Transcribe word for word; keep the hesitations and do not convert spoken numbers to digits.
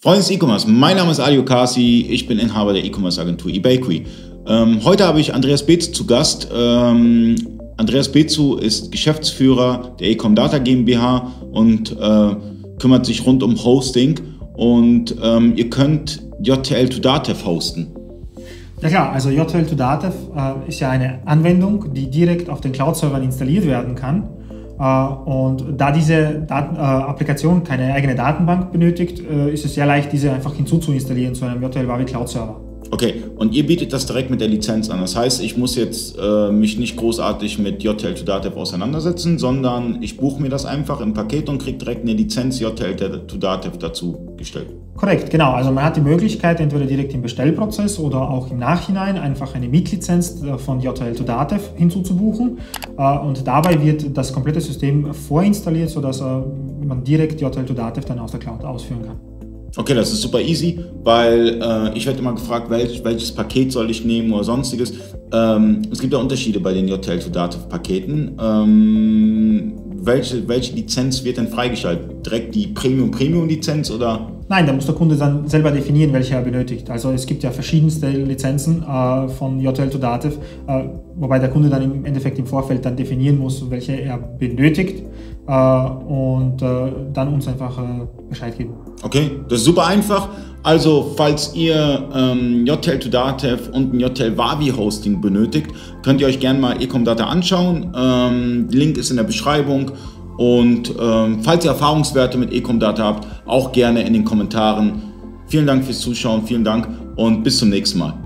Freunde des E-Commerce, mein Name ist Ali Okasi, ich bin Inhaber der E-Commerce-Agentur eBakery. Ähm, heute habe ich Andreas Bezu zu Gast. Ähm, Andreas Bezu ist Geschäftsführer der Ecomdata GmbH und äh, kümmert sich rund um Hosting. Und ähm, ihr könnt J T L to Datev hosten. Ja klar, also J T L to Datev äh, ist ja eine Anwendung, die direkt auf den Cloud-Servern installiert werden kann. Und da diese Daten, äh, Applikation keine eigene Datenbank benötigt, äh, ist es sehr leicht, diese einfach hinzuzuinstallieren zu einem Virtual Wavi Cloud Server. Okay, und ihr bietet das direkt mit der Lizenz an. Das heißt, ich muss jetzt äh, mich nicht großartig mit J T L to Datev auseinandersetzen, sondern ich buche mir das einfach im Paket und kriege direkt eine Lizenz J T L to Datev dazu gestellt. Korrekt, genau. Also man hat die Möglichkeit, entweder direkt im Bestellprozess oder auch im Nachhinein einfach eine Mietlizenz von J T L to Datev hinzuzubuchen. Und dabei wird das komplette System vorinstalliert, sodass man direkt J T L to Datev dann aus der Cloud ausführen kann. Okay, das ist super easy, weil äh, ich werde immer gefragt, welch, welches Paket soll ich nehmen oder sonstiges. Ähm, es gibt ja Unterschiede bei den J T L to Datev Paketen. Ähm, welche, welche Lizenz wird denn freigeschaltet? Direkt die Premium-Premium-Lizenz oder? Nein, da muss der Kunde dann selber definieren, welche er benötigt. Also es gibt ja verschiedenste Lizenzen äh, von J T L to Datev, äh, wobei der Kunde dann im Endeffekt im Vorfeld dann definieren muss, welche er benötigt äh, und äh, dann uns einfach äh, Bescheid geben. Okay, das ist super einfach. Also falls ihr ähm, J T L to Datev und ein J T L Wavi Hosting benötigt, könnt ihr euch gerne mal Ecomdata anschauen. Ähm, Link ist in der Beschreibung. Und ähm, falls ihr Erfahrungswerte mit Ecomdata habt, auch gerne in den Kommentaren. Vielen Dank fürs Zuschauen, vielen Dank und bis zum nächsten Mal.